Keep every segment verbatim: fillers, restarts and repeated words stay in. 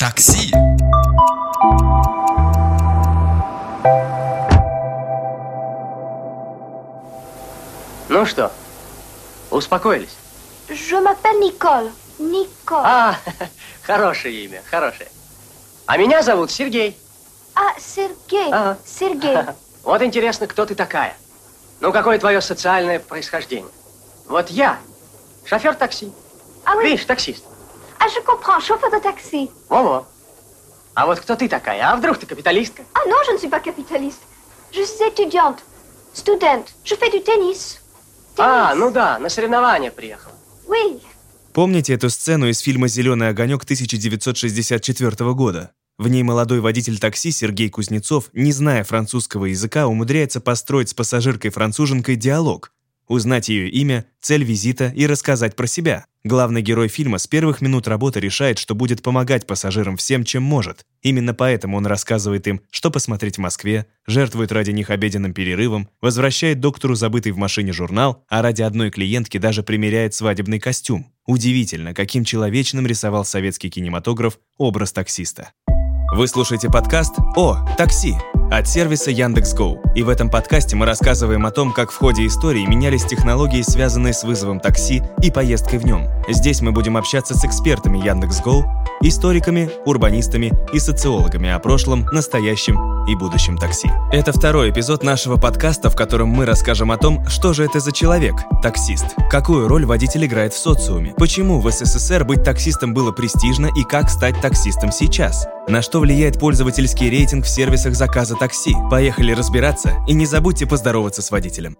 Такси. Ну что, успокоились? Je m'appelle Nicole. Nicole. А, хорошее имя, хорошее. А меня зовут Сергей. А, Сергей. Ага. Сергей. Вот интересно, кто ты такая? Ну, какое твое социальное происхождение? Вот я, шофер такси. А вы? Видишь, таксист. А, je comprends, chauffeur de taxi. Во-во. А вот кто ты такая? А вдруг ты капиталистка? Ah non, je ne suis pas capitaliste. Je suis étudiante. Student. Je fais du tennis. А, Tennis. ну да, на соревнования приехала. Oui. Помните эту сцену из фильма «Зеленый огонек» тысяча девятьсот шестьдесят четвёртого года? В ней молодой водитель такси Сергей Кузнецов, не зная французского языка, умудряется построить с пассажиркой-француженкой диалог, узнать ее имя, цель визита и рассказать про себя. Главный герой фильма с первых минут работы решает, что будет помогать пассажирам всем, чем может. Именно поэтому он рассказывает им, что посмотреть в Москве, жертвует ради них обеденным перерывом, возвращает доктору забытый в машине журнал, а ради одной клиентки даже примеряет свадебный костюм. Удивительно, каким человечным рисовал советский кинематограф образ таксиста. Вы слушаете подкаст «О, такси» от сервиса Яндекс.Гоу. И в этом подкасте мы рассказываем о том, как в ходе истории менялись технологии, связанные с вызовом такси и поездкой в нем. Здесь мы будем общаться с экспертами Яндекс.Гоу, историками, урбанистами и социологами о прошлом, настоящем и будущем такси. Это второй эпизод нашего подкаста, в котором мы расскажем о том, что же это за человек – таксист, какую роль водитель играет в социуме, почему в СССР быть таксистом было престижно и как стать таксистом сейчас, на что влияет пользовательский рейтинг в сервисах заказа такси. Поехали разбираться, и не забудьте поздороваться с водителем.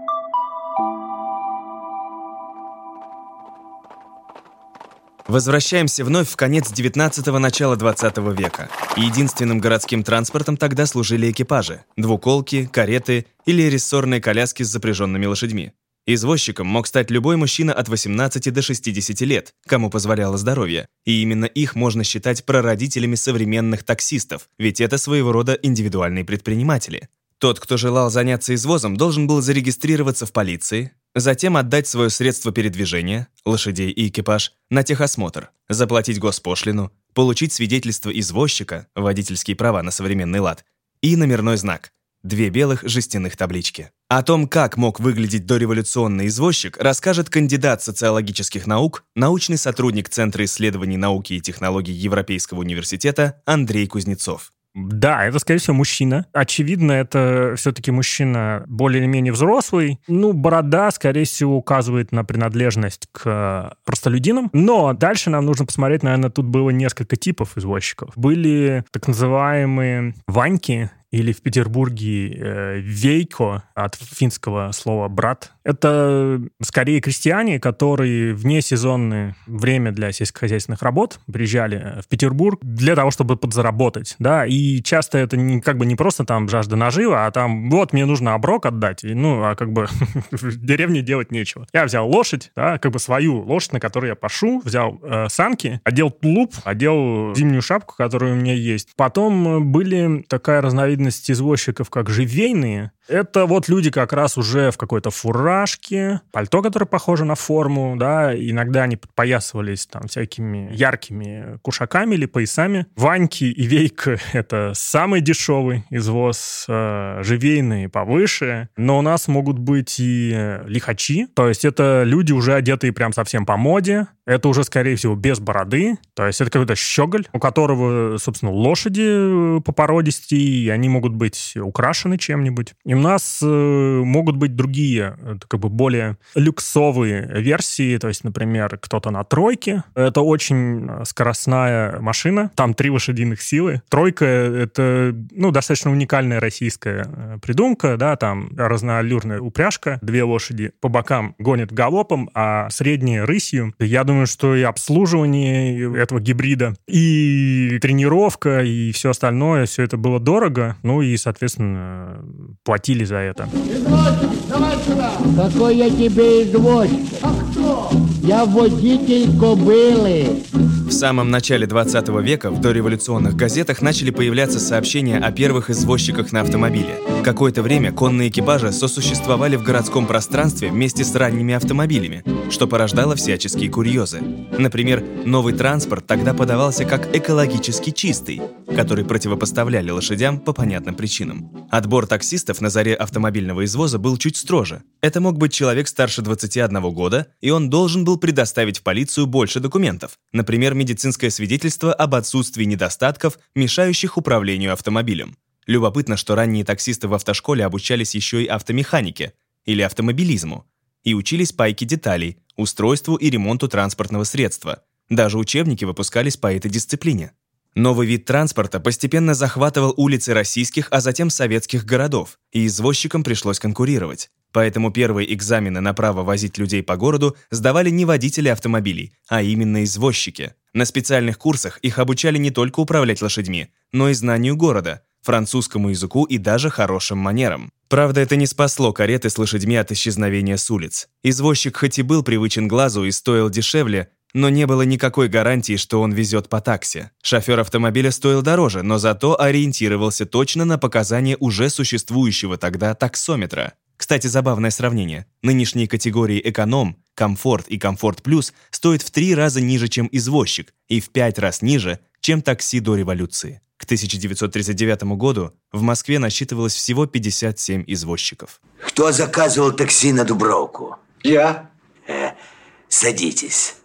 Возвращаемся вновь в конец девятнадцатого – начало двадцатого века. Единственным городским транспортом тогда служили экипажи – двуколки, кареты или рессорные коляски с запряженными лошадьми. Извозчиком мог стать любой мужчина от восемнадцати до шестидесяти лет, кому позволяло здоровье. И именно их можно считать прародителями современных таксистов, ведь это своего рода индивидуальные предприниматели. Тот, кто желал заняться извозом, должен был зарегистрироваться в полиции, затем отдать свое средство передвижения, лошадей и экипаж, на техосмотр, заплатить госпошлину, получить свидетельство извозчика, водительские права на современный лад, и номерной знак. Две белых жестяных таблички. О том, как мог выглядеть дореволюционный извозчик, расскажет кандидат социологических наук, научный сотрудник Центра исследований науки и технологий Европейского университета Андрей Кузнецов. Да, это, скорее всего, мужчина. Очевидно, это все-таки мужчина более или менее взрослый. Ну, борода, скорее всего, указывает на принадлежность к простолюдинам. Но дальше нам нужно посмотреть, наверное, тут было несколько типов извозчиков. Были так называемые ваньки, или в Петербурге э, вейко, от финского слова «брат». Это скорее крестьяне, которые в несезонное время для сельскохозяйственных работ приезжали в Петербург для того, чтобы подзаработать. Да? И часто это не, как бы не просто там жажда нажива, а там вот мне нужно оброк отдать, и, ну, а как бы в деревне делать нечего. Я взял лошадь, да, как бы свою лошадь, на которой я пашу, взял э, санки, одел тулуп, одел зимнюю шапку, которая у меня есть. Потом были такая разновидность извозчиков, как живейные. Это вот люди как раз уже в какой-то фуражке, пальто, которое похоже на форму, да, иногда они подпоясывались там всякими яркими кушаками или поясами. Ваньки и вейка — это самый дешевый извоз, э, живейные повыше, но у нас могут быть и лихачи, то есть это люди, уже одетые прям совсем по моде, это уже, скорее всего, без бороды, то есть это какой-то щеголь, у которого, собственно, лошади попородистые, и они могут быть украшены чем-нибудь. И у нас э, могут быть другие, как бы более люксовые версии, то есть, например, кто-то на тройке. Это очень скоростная машина, там три лошадиных силы. Тройка — это, ну, достаточно уникальная российская придумка, да, там разноаллюрная упряжка, две лошади по бокам гонят галопом, а средние рысью. Я думаю, что и обслуживание этого гибрида, и тренировка, и все остальное, все это было дорого, ну и, соответственно, платили за это. Извозчик, давай сюда! Какой я тебе извозчик? А кто? Я водитель кобылы. В самом начале двадцатого века в дореволюционных газетах начали появляться сообщения о первых извозчиках на автомобиле. Какое-то время конные экипажи сосуществовали в городском пространстве вместе с ранними автомобилями, что порождало всяческие курьезы. Например, новый транспорт тогда подавался как экологически чистый, который противопоставляли лошадям по понятным причинам. Отбор таксистов на заре автомобильного извоза был чуть строже. Это мог быть человек старше двадцати одного года, и он должен был предоставить в полицию больше документов, например, медицинское свидетельство об отсутствии недостатков, мешающих управлению автомобилем. Любопытно, что ранние таксисты в автошколе обучались еще и автомеханике или автомобилизму и учились пайке деталей, устройству и ремонту транспортного средства. Даже учебники выпускались по этой дисциплине. Новый вид транспорта постепенно захватывал улицы российских, а затем советских городов, и извозчикам пришлось конкурировать. Поэтому первые экзамены на право возить людей по городу сдавали не водители автомобилей, а именно извозчики. На специальных курсах их обучали не только управлять лошадьми, но и знанию города, французскому языку и даже хорошим манерам. Правда, это не спасло кареты с лошадьми от исчезновения с улиц. Извозчик хоть и был привычен глазу и стоил дешевле, но не было никакой гарантии, что он везет по такси. Шофер автомобиля стоил дороже, но зато ориентировался точно на показания уже существующего тогда таксометра. Кстати, забавное сравнение. Нынешние категории эконом, комфорт и комфорт плюс стоят в три раза ниже, чем извозчик, и в пять раз ниже, чем такси до революции. К тысяча девятьсот тридцать девятому году в Москве насчитывалось всего пятьдесят семь извозчиков. Кто заказывал такси на Дубровку? Я. Э, садитесь.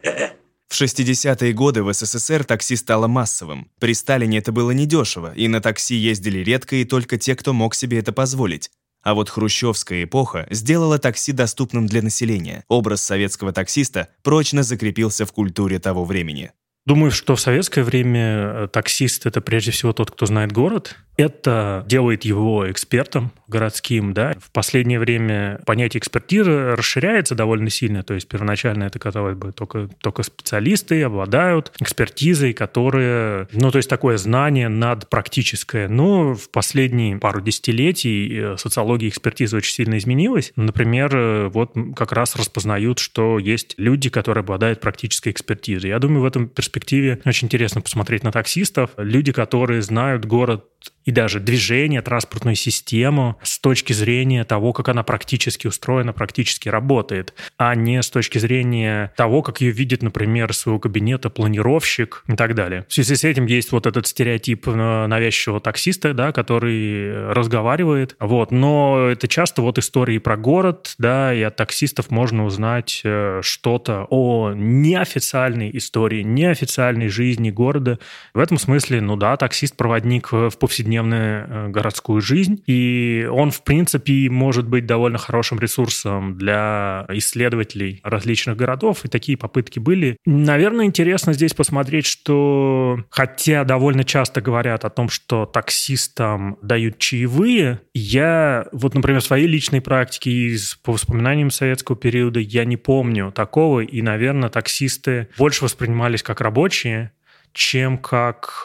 В шестидесятые годы в СССР такси стало массовым. При Сталине это было недешево, и на такси ездили редко и только те, кто мог себе это позволить. А вот хрущевская эпоха сделала такси доступным для населения. Образ советского таксиста прочно закрепился в культуре того времени. Думаю, что в советское время таксист – это прежде всего тот, кто знает город. Это делает его экспертом городским, да. В последнее время понятие экспертизы расширяется довольно сильно. То есть первоначально это, казалось бы, только, только специалисты обладают экспертизой, которые… Ну, то есть такое знание надпрактическое. Но в последние пару десятилетий социология экспертизы очень сильно изменилась. Например, вот как раз распознают, что есть люди, которые обладают практической экспертизой. Я думаю, в этом перспективе В перспективе очень интересно посмотреть на таксистов. Люди, которые знают город и даже движение, транспортную систему с точки зрения того, как она практически устроена, практически работает, а не с точки зрения того, как ее видит, например, из своего кабинета планировщик и так далее. В связи с этим есть вот этот стереотип навязчивого таксиста, да, который разговаривает. Вот. Но это часто вот истории про город, да, и от таксистов можно узнать что-то о неофициальной истории, неофициальной жизни города. В этом смысле, ну да, таксист-проводник в повседневную городскую жизнь, и он, в принципе, может быть довольно хорошим ресурсом для исследователей различных городов, и такие попытки были. Наверное, интересно здесь посмотреть, что, хотя довольно часто говорят о том, что таксистам дают чаевые, я, вот, например, в своей личной практике и по воспоминаниям советского периода я не помню такого, и, наверное, таксисты больше воспринимались как рабочие, чем как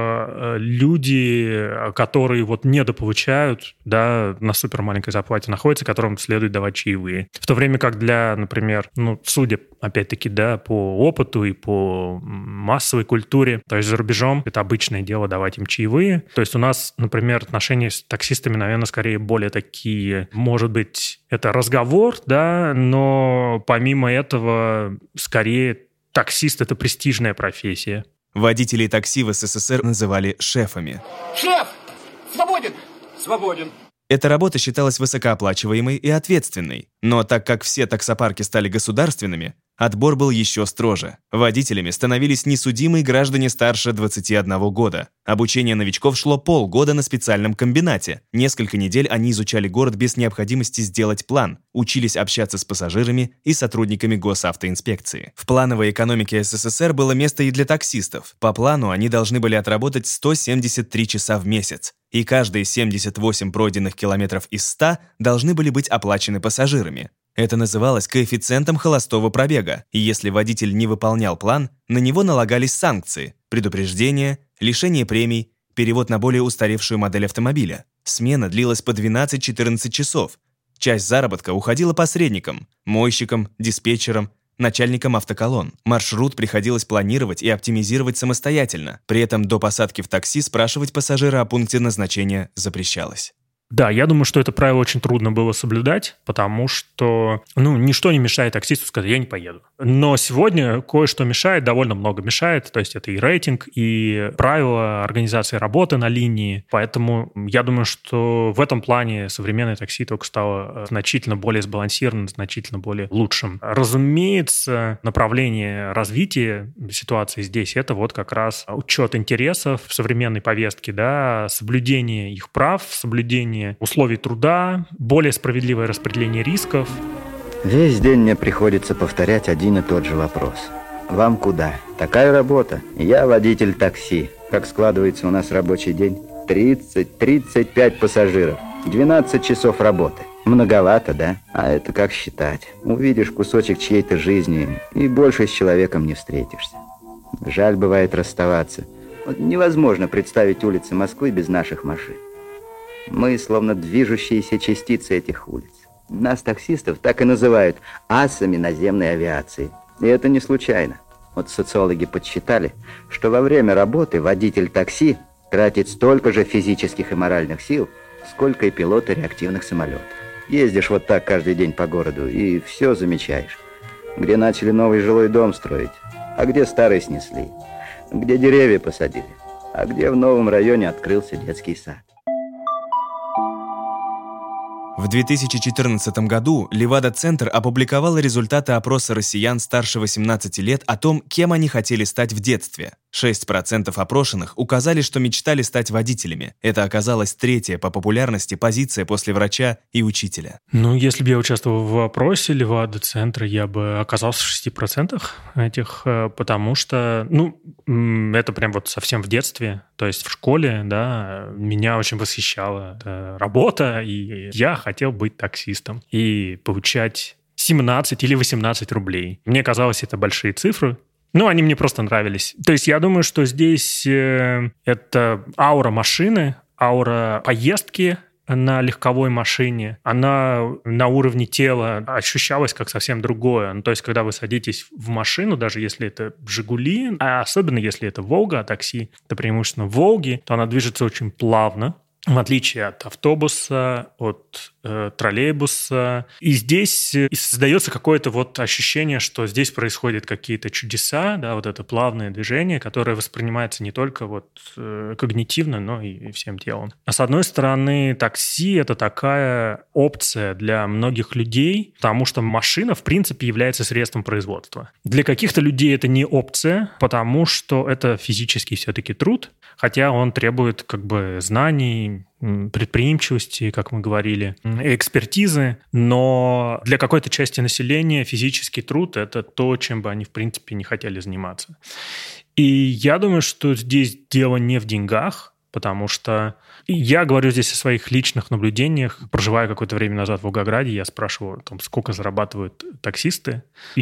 э, люди, которые вот недополучают, да, на супер маленькой зарплате находятся, которым следует давать чаевые. В то время как для, например, ну, судя, опять-таки, да, по опыту и по массовой культуре, то есть за рубежом, это обычное дело давать им чаевые. То есть у нас, например, отношения с таксистами, наверное, скорее более такие, может быть, это разговор, да, но помимо этого, скорее, таксист — это престижная профессия. Водителей такси в СССР называли шефами. Шеф! Свободен! Свободен. Эта работа считалась высокооплачиваемой и ответственной. Но так как все таксопарки стали государственными, отбор был еще строже. Водителями становились несудимые граждане старше двадцати одного года. Обучение новичков шло полгода на специальном комбинате. Несколько недель они изучали город без необходимости сделать план, учились общаться с пассажирами и сотрудниками госавтоинспекции. В плановой экономике СССР было место и для таксистов. По плану они должны были отработать сто семьдесят три часа в месяц. И каждые семьдесят восемь пройденных километров из ста должны были быть оплачены пассажирами. Это называлось коэффициентом холостого пробега, и если водитель не выполнял план, на него налагались санкции, предупреждения, лишение премий, перевод на более устаревшую модель автомобиля. Смена длилась по двенадцать-четырнадцать часов. Часть заработка уходила посредникам, мойщикам, диспетчерам, начальником автоколонн. Маршрут приходилось планировать и оптимизировать самостоятельно. При этом до посадки в такси спрашивать пассажира о пункте назначения запрещалось. Да, я думаю, что это правило очень трудно было соблюдать, потому что, ну, ничто не мешает таксисту сказать, я не поеду. Но сегодня кое-что мешает, довольно много мешает, то есть это и рейтинг, и правила организации работы на линии, поэтому я думаю, что в этом плане современное такси только стало значительно более сбалансированным, значительно более лучшим. Разумеется, направление развития ситуации здесь — это вот как раз учет интересов в современной повестке, да, соблюдение их прав, соблюдение условий труда, более справедливое распределение рисков. Весь день мне приходится повторять один и тот же вопрос. Вам куда? Такая работа. Я водитель такси. Как складывается у нас рабочий день? тридцать-тридцать пять пассажиров. двенадцать часов работы. Многовато, да? А это как считать? Увидишь кусочек чьей-то жизни и больше с человеком не встретишься. Жаль бывает расставаться. Вот невозможно представить улицы Москвы без наших машин. Мы словно движущиеся частицы этих улиц. Нас, таксистов, так и называют асами наземной авиации. И это не случайно. Вот социологи подсчитали, что во время работы водитель такси тратит столько же физических и моральных сил, сколько и пилоты реактивных самолетов. Ездишь вот так каждый день по городу и все замечаешь. Где начали новый жилой дом строить, а где старый снесли, где деревья посадили, а где в новом районе открылся детский сад. В две тысячи четырнадцатом году Левада-центр опубликовала результаты опроса россиян старше восемнадцати лет о том, кем они хотели стать в детстве. шесть процентов опрошенных указали, что мечтали стать водителями. Это оказалась третья по популярности позиция после врача и учителя. Ну, если бы я участвовал в опросе Левада-центра, я бы оказался в шести процентах этих, потому что, ну, это прям вот совсем в детстве, то есть в школе, да, меня очень восхищала эта работа, и я хотел быть таксистом и получать семнадцать или восемнадцать рублей. Мне казалось, это большие цифры. Ну, они мне просто нравились. То есть я думаю, что здесь э, это аура машины, аура поездки на легковой машине, она на уровне тела ощущалась как совсем другое. Ну, то есть когда вы садитесь в машину, даже если это «Жигули», а особенно если это «Волга», такси, это преимущественно «Волги», то она движется очень плавно, в отличие от автобуса, от э, троллейбуса. И здесь э, создается какое-то вот ощущение, что здесь происходят какие-то чудеса, да, вот это плавное движение, которое воспринимается не только вот э, когнитивно, но и, и всем телом. А с одной стороны, такси — это такая опция для многих людей, потому что машина, в принципе, является средством производства. Для каких-то людей это не опция, потому что это физический все-таки труд, хотя он требует как бы знаний, предприимчивости, как мы говорили, экспертизы, но для какой-то части населения физический труд — это то, чем бы они, в принципе, не хотели заниматься. И я думаю, что здесь дело не в деньгах, потому что я говорю здесь о своих личных наблюдениях. Проживая какое-то время назад в Волгограде, я спрашивал о том, сколько зарабатывают таксисты.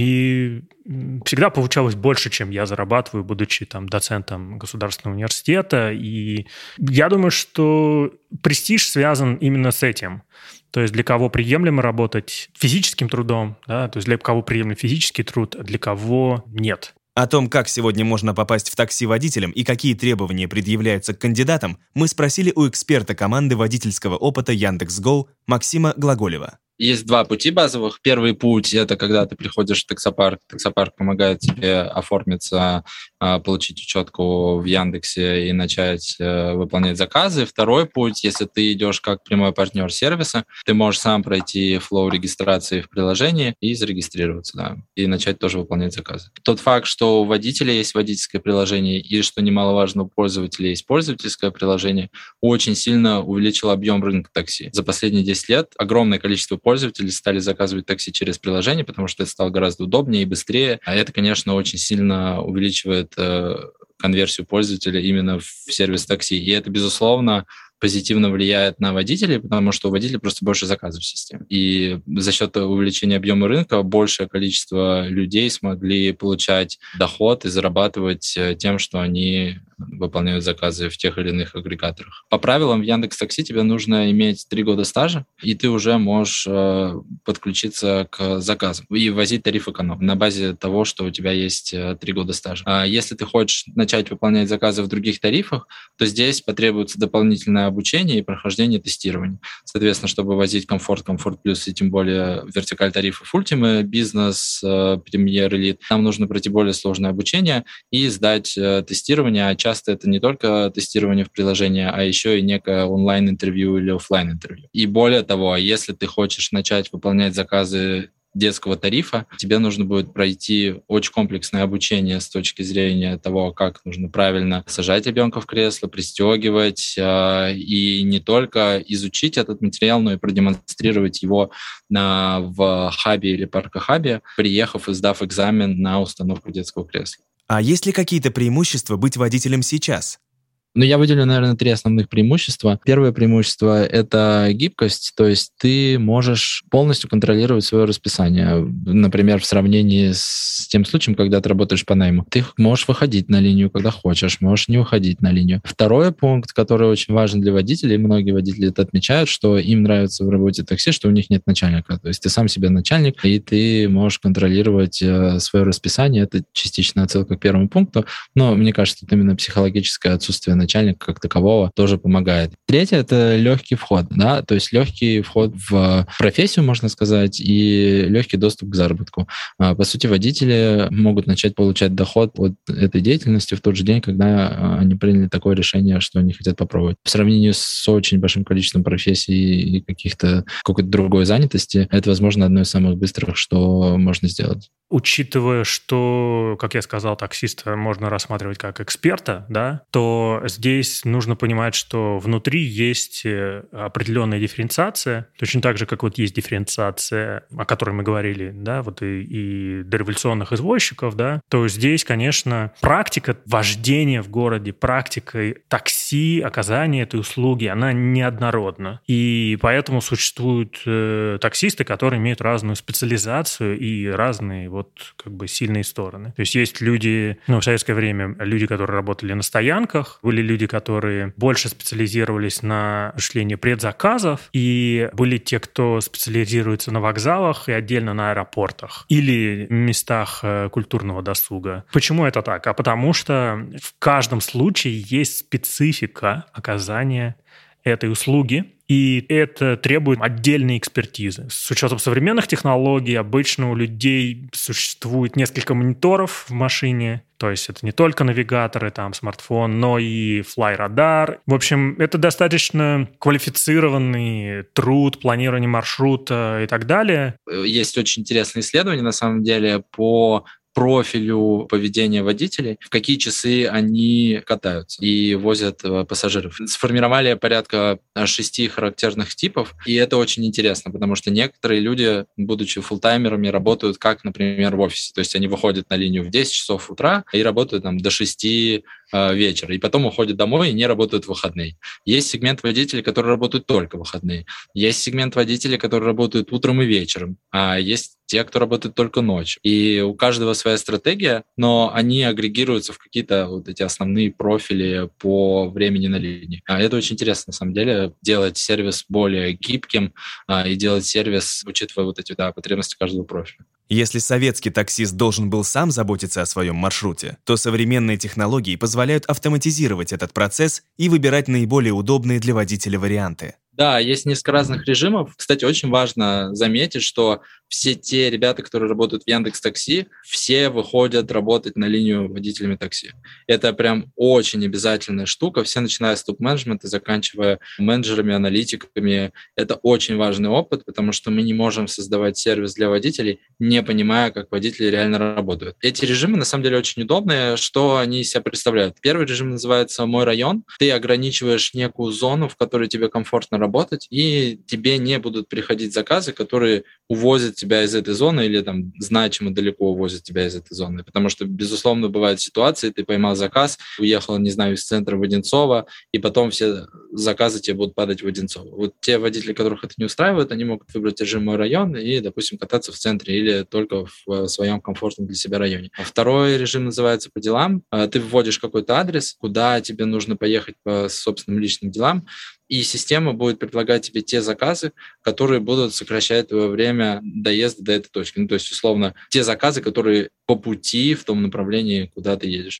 И всегда получалось больше, чем я зарабатываю, будучи там доцентом государственного университета. И я думаю, что престиж связан именно с этим. То есть для кого приемлемо работать физическим трудом, да, то есть для кого приемлем физический труд, а для кого нет. О том, как сегодня можно попасть в такси водителем и какие требования предъявляются к кандидатам, мы спросили у эксперта команды водительского опыта Яндекс.Го Максима Глаголева. Есть два пути базовых. Первый путь – это когда ты приходишь в таксопарк. Таксопарк помогает тебе оформиться, получить учетку в Яндексе и начать выполнять заказы. Второй путь – если ты идешь как прямой партнер сервиса, ты можешь сам пройти флоу регистрации в приложении и зарегистрироваться, да, и начать тоже выполнять заказы. Тот факт, что у водителя есть водительское приложение и, что немаловажно, у пользователя есть пользовательское приложение, очень сильно увеличил объем рынка такси. За последние десять лет огромное количество пользователи стали заказывать такси через приложение, потому что это стало гораздо удобнее и быстрее. А это, конечно, очень сильно увеличивает э, конверсию пользователя именно в сервис такси. И это, безусловно, позитивно влияет на водителей, потому что у водителей просто больше заказов в системе. И за счет увеличения объема рынка большее количество людей смогли получать доход и зарабатывать тем, что они выполняют заказы в тех или иных агрегаторах. По правилам в Яндекс.Такси тебе нужно иметь три года стажа, и ты уже можешь э, подключиться к заказам и ввозить тариф эконом на базе того, что у тебя есть три года стажа. А если ты хочешь начать выполнять заказы в других тарифах, то здесь потребуется дополнительное обучение и прохождение тестирования. Соответственно, чтобы возить комфорт, комфорт плюс и тем более вертикаль тарифов Ultimate, бизнес, премьер, элит, нам нужно пройти более сложное обучение и сдать тестирование. А часто это не только тестирование в приложении, а еще и некое онлайн-интервью или офлайн-интервью. И более того, если ты хочешь начать выполнять заказы детского тарифа, тебе нужно будет пройти очень комплексное обучение с точки зрения того, как нужно правильно сажать ребенка в кресло, пристегивать, э, и не только изучить этот материал, но и продемонстрировать его на, в хабе или паркохабе, приехав и сдав экзамен на установку детского кресла. А есть ли какие-то преимущества быть водителем сейчас? Ну, я выделю, наверное, три основных преимущества. Первое преимущество — это гибкость, то есть ты можешь полностью контролировать свое расписание. Например, в сравнении с тем случаем, когда ты работаешь по найму. Ты можешь выходить на линию, когда хочешь, можешь не выходить на линию. Второй пункт, который очень важен для водителей, многие водители это отмечают, что им нравится в работе такси, что у них нет начальника. То есть ты сам себе начальник, и ты можешь контролировать свое расписание. Это частично отсылка к первому пункту, но мне кажется, это именно психологическое отсутствие начальника как такового тоже помогает. Третье — это легкий вход, да, то есть легкий вход в профессию, можно сказать, и легкий доступ к заработку. По сути, водители могут начать получать доход от этой деятельности в тот же день, когда они приняли такое решение, что они хотят попробовать. В сравнении с очень большим количеством профессий и каких-то какой-то другой занятости, это, возможно, одно из самых быстрых, что можно сделать. Учитывая, что, как я сказал, таксиста можно рассматривать как эксперта, да, то здесь нужно понимать, что внутри есть определенная дифференциация, точно так же, как вот есть дифференциация, о которой мы говорили, да, вот и, и дореволюционных извозчиков, да, то здесь, конечно, практика вождения в городе, практика такси, оказания этой услуги, она неоднородна. И поэтому существуют э, таксисты, которые имеют разную специализацию и разные вот как бы сильные стороны. То есть есть люди, ну, в советское время люди, которые работали на стоянках, были люди, которые больше специализировались на осуществлении предзаказов, и были те, кто специализируется на вокзалах и отдельно на аэропортах или местах культурного досуга. Почему это так? А потому что в каждом случае есть специфика оказания этой услуги, и это требует отдельной экспертизы. С учетом современных технологий обычно у людей существует несколько мониторов в машине, то есть это не только навигаторы, там, смартфон, но и флай-радар. В общем, это достаточно квалифицированный труд, планирование маршрута и так далее. Есть очень интересные исследования, на самом деле, по профилю поведения водителей, в какие часы они катаются и возят пассажиров. Сформировали порядка шести характерных типов, и это очень интересно, потому что некоторые люди, будучи фуллтаймерами, работают как, например, в офисе. То есть они выходят на линию в десять часов утра и работают там до шести вечера, и потом уходят домой и не работают в выходные. Есть сегмент водителей, которые работают только в выходные. Есть сегмент водителей, которые работают утром и вечером. А есть те, кто работает только ночью. И у каждого своя стратегия, но они агрегируются в какие-то вот эти основные профили по времени на линии. А это очень интересно, на самом деле, делать сервис более гибким а, и делать сервис, учитывая вот эти да, потребности каждого профиля. Если советский таксист должен был сам заботиться о своем маршруте, то современные технологии позволяют автоматизировать этот процесс и выбирать наиболее удобные для водителя варианты. Да, есть несколько разных режимов. Кстати, очень важно заметить, что все те ребята, которые работают в Яндекс.Такси, все выходят работать на линию водителями такси. Это прям очень обязательная штука. Все, начиная с топ-менеджмента, заканчивая менеджерами, аналитиками. Это очень важный опыт, потому что мы не можем создавать сервис для водителей, не понимая, как водители реально работают. Эти режимы, на самом деле, очень удобные. Что они из себя представляют? Первый режим называется «Мой район». Ты ограничиваешь некую зону, в которой тебе комфортно работать, и тебе не будут приходить заказы, которые увозят тебя из этой зоны или там значимо далеко увозят тебя из этой зоны. Потому что, безусловно, бывают ситуации, ты поймал заказ, уехал, не знаю, из центра в Одинцово, и потом все заказы тебе будут падать в Одинцово. Вот те водители, которых это не устраивает, они могут выбрать режим «Мой район» и, допустим, кататься в центре или только в своем комфортном для себя районе. Второй режим называется «По делам». Ты вводишь какой-то адрес, куда тебе нужно поехать по собственным личным делам, и система будет предлагать тебе те заказы, которые будут сокращать твое время доезда до этой точки. Ну, то есть, условно, те заказы, которые по пути в том направлении, куда ты едешь.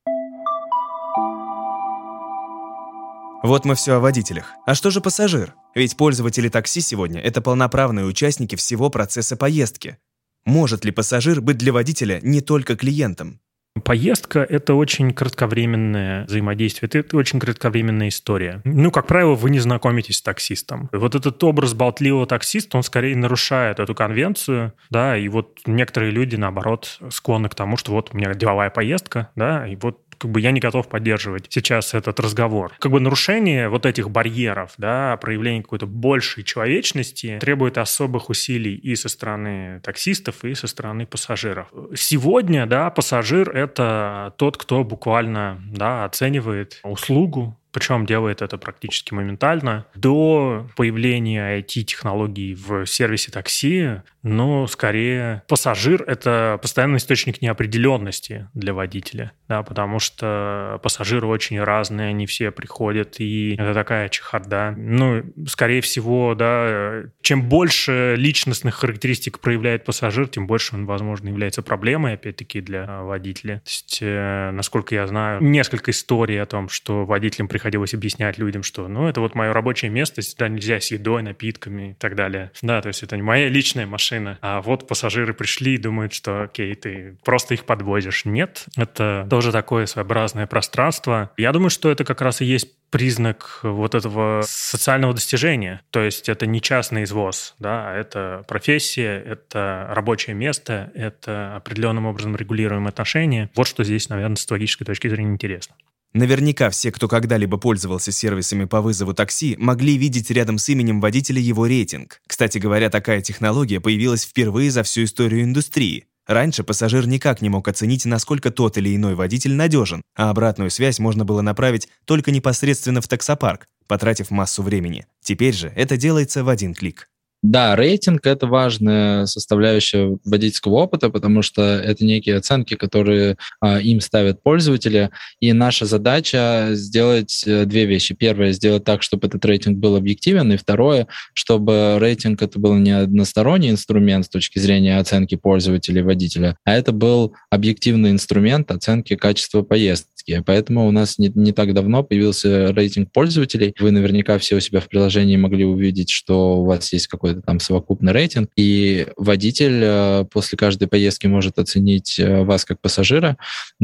Вот мы все о водителях. А что же пассажир? Ведь пользователи такси сегодня – это полноправные участники всего процесса поездки. Может ли пассажир быть для водителя не только клиентом? Поездка — это очень кратковременное взаимодействие, это, это очень кратковременная история. Ну, как правило, вы не знакомитесь с таксистом. Вот этот образ болтливого таксиста, он скорее нарушает эту конвенцию, да, и вот некоторые люди, наоборот, склонны к тому, что вот у меня деловая поездка, да, и вот как бы я не готов поддерживать сейчас этот разговор. Как бы нарушение вот этих барьеров, да, проявление какой-то большей человечности требует особых усилий и со стороны таксистов, и со стороны пассажиров. Сегодня, да, пассажир — это тот, кто буквально, да, оценивает услугу, причем делает это практически моментально. До появления ай ти-технологий в сервисе такси, но скорее пассажир — это постоянный источник неопределенности для водителя, да, потому что пассажиры очень разные, они все приходят, и это такая чехарда. Ну, скорее всего, да, чем больше личностных характеристик проявляет пассажир, тем больше он, возможно, является проблемой, опять-таки, для водителя. То есть, насколько я знаю, несколько историй о том, что водителям приходилось приходилось объяснять людям, что, ну, это вот мое рабочее место, сюда нельзя с едой, напитками и так далее. Да, то есть это не моя личная машина. А вот пассажиры пришли и думают, что, окей, ты просто их подвозишь. Нет, это тоже такое своеобразное пространство. Я думаю, что это как раз и есть признак вот этого социального достижения. То есть это не частный извоз, да, это профессия, это рабочее место, это определенным образом регулируемые отношения. Вот что здесь, наверное, с логической точки зрения интересно. Наверняка все, кто когда-либо пользовался сервисами по вызову такси, могли видеть рядом с именем водителя его рейтинг. Кстати говоря, такая технология появилась впервые за всю историю индустрии. Раньше пассажир никак не мог оценить, насколько тот или иной водитель надежен, а обратную связь можно было направить только непосредственно в таксопарк, потратив массу времени. Теперь же это делается в один клик. Да, рейтинг — это важная составляющая водительского опыта, потому что это некие оценки, которые а, им ставят пользователи. И наша задача сделать две вещи. Первое — сделать так, чтобы этот рейтинг был объективен. И второе — чтобы рейтинг это был не односторонний инструмент с точки зрения оценки пользователя и водителя, а это был объективный инструмент оценки качества поездки. Поэтому у нас не, не так давно появился рейтинг пользователей. Вы наверняка все у себя в приложении могли увидеть, что у вас есть какой-то там совокупный рейтинг, и водитель после каждой поездки может оценить вас как пассажира,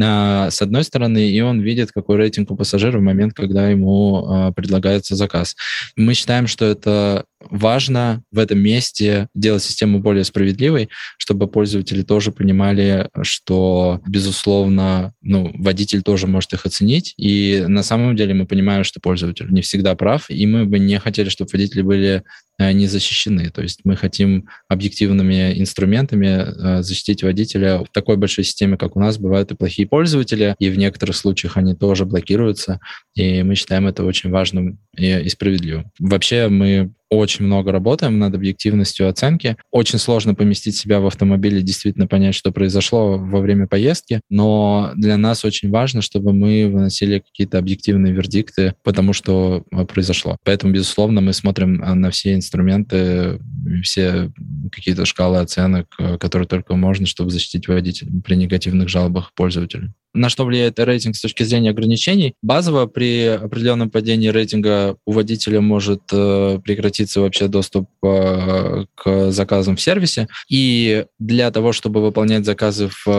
с одной стороны, и он видит, какой рейтинг у пассажира в момент, когда ему предлагается заказ. Мы считаем, что это важно в этом месте делать систему более справедливой, чтобы пользователи тоже понимали, что, безусловно, ну, водитель тоже может их оценить. И на самом деле мы понимаем, что пользователь не всегда прав, и мы бы не хотели, чтобы водители были не защищены. То есть мы хотим объективными инструментами защитить водителя. В такой большой системе, как у нас, бывают и плохие пользователи, и в некоторых случаях они тоже блокируются, и мы считаем это очень важным и, и справедливым. Вообще мы очень много работаем над объективностью оценки. Очень сложно поместить себя в автомобиле, действительно понять, что произошло во время поездки, но для нас очень важно, чтобы мы выносили какие-то объективные вердикты по тому, что произошло. Поэтому, безусловно, мы смотрим на все инструменты, все какие-то шкалы оценок, которые только можно, чтобы защитить водителя при негативных жалобах пользователя. На что влияет рейтинг с точки зрения ограничений? Базово при определенном падении рейтинга у водителя может э, прекратиться вообще доступ э, к заказам в сервисе. И для того, чтобы выполнять заказы в э,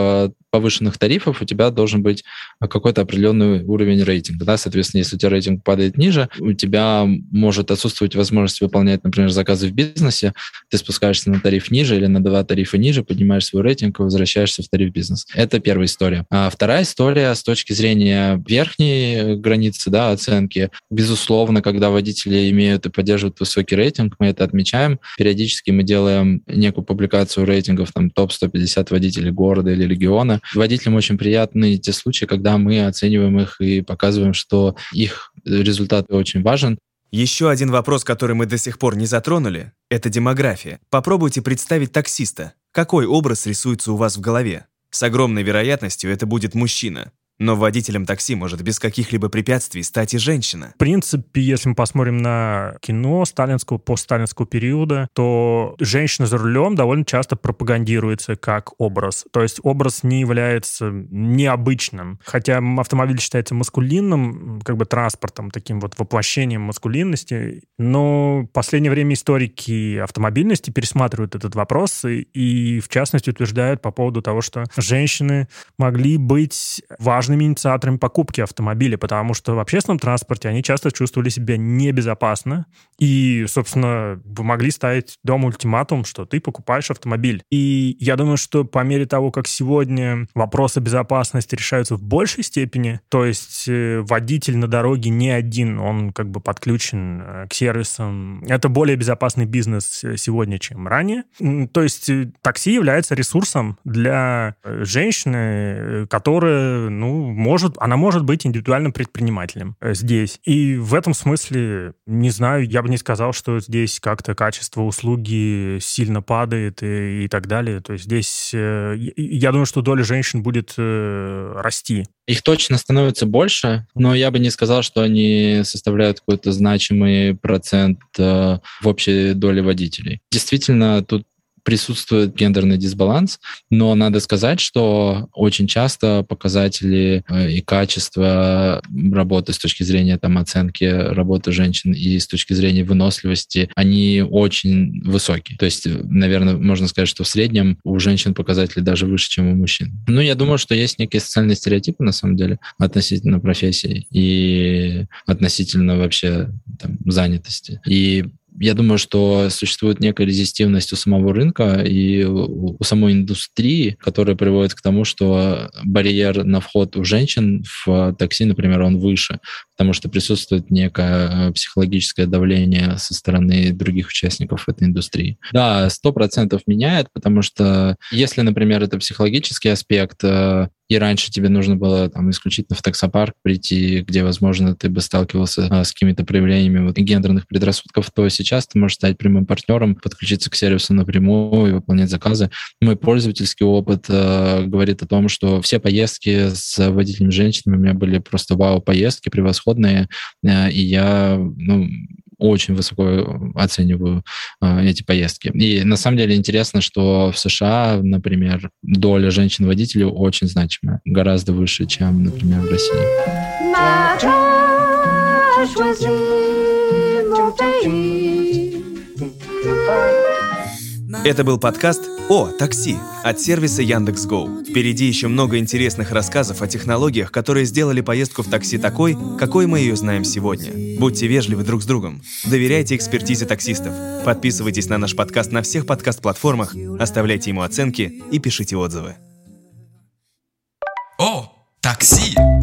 повышенных тарифов у тебя должен быть какой-то определенный уровень рейтинга. Да? Соответственно, если у тебя рейтинг падает ниже, у тебя может отсутствовать возможность выполнять, например, заказы в бизнесе, ты спускаешься на тариф ниже или на два тарифа ниже, поднимаешь свой рейтинг и возвращаешься в тариф бизнес. Это первая история. А вторая история с точки зрения верхней границы, да, оценки. Безусловно, когда водители имеют и поддерживают высокий рейтинг, мы это отмечаем. Периодически мы делаем некую публикацию рейтингов, там, топ сто пятьдесят водителей города или региона. Водителям очень приятны те случаи, когда мы оцениваем их и показываем, что их результат очень важен. Еще один вопрос, который мы до сих пор не затронули, это демография. Попробуйте представить таксиста. Какой образ рисуется у вас в голове? С огромной вероятностью это будет мужчина. Но водителем такси может без каких-либо препятствий стать и женщина. В принципе, если мы посмотрим на кино сталинского, постсталинского периода, то женщина за рулем довольно часто пропагандируется как образ. То есть образ не является необычным. Хотя автомобиль считается маскулинным, как бы транспортом, таким вот воплощением маскулинности. Но в последнее время историки автомобильности пересматривают этот вопрос и, и в частности, утверждают по поводу того, что женщины могли быть важными инициаторами покупки автомобиля, потому что в общественном транспорте они часто чувствовали себя небезопасно и, собственно, могли ставить дома ультиматум, что ты покупаешь автомобиль. И я думаю, что по мере того, как сегодня вопросы безопасности решаются в большей степени, то есть водитель на дороге не один, он как бы подключен к сервисам. Это более безопасный бизнес сегодня, чем ранее. То есть такси является ресурсом для женщины, которая, ну, может, она может быть индивидуальным предпринимателем здесь. И в этом смысле, не знаю, я бы не сказал, что здесь как-то качество услуги сильно падает и, и так далее. То есть здесь, я думаю, что доля женщин будет расти. Их точно становится больше, но я бы не сказал, что они составляют какой-то значимый процент в общей доле водителей. Действительно, тут присутствует гендерный дисбаланс, но надо сказать, что очень часто показатели и качество работы с точки зрения там, оценки работы женщин и с точки зрения выносливости, они очень высокие. То есть, наверное, можно сказать, что в среднем у женщин показатели даже выше, чем у мужчин. Ну, я думаю, что есть некие социальные стереотипы, на самом деле, относительно профессии и относительно вообще там, занятости. И я думаю, что существует некая резистивность у самого рынка и у самой индустрии, которая приводит к тому, что барьер на вход у женщин в такси, например, он выше, потому что присутствует некое психологическое давление со стороны других участников этой индустрии. Да, сто процентов меняет, потому что если, например, это психологический аспект, и раньше тебе нужно было там, исключительно в таксопарк прийти, где, возможно, ты бы сталкивался а, с какими-то проявлениями вот, гендерных предрассудков, то сейчас ты можешь стать прямым партнером, подключиться к сервису напрямую и выполнять заказы. Мой пользовательский опыт а, говорит о том, что все поездки с водителями женщинами у меня были просто вау-поездки, превосходные, а, и я... ну, очень высоко оцениваю э, эти поездки. И на самом деле интересно, что в США, например, доля женщин-водителей очень значимая, гораздо выше, чем, например, в России. Это был подкаст «О, такси» от сервиса Яндекс.Гоу. Впереди еще много интересных рассказов о технологиях, которые сделали поездку в такси такой, какой мы ее знаем сегодня. Будьте вежливы друг с другом. Доверяйте экспертизе таксистов. Подписывайтесь на наш подкаст на всех подкаст-платформах, оставляйте ему оценки и пишите отзывы. О, такси!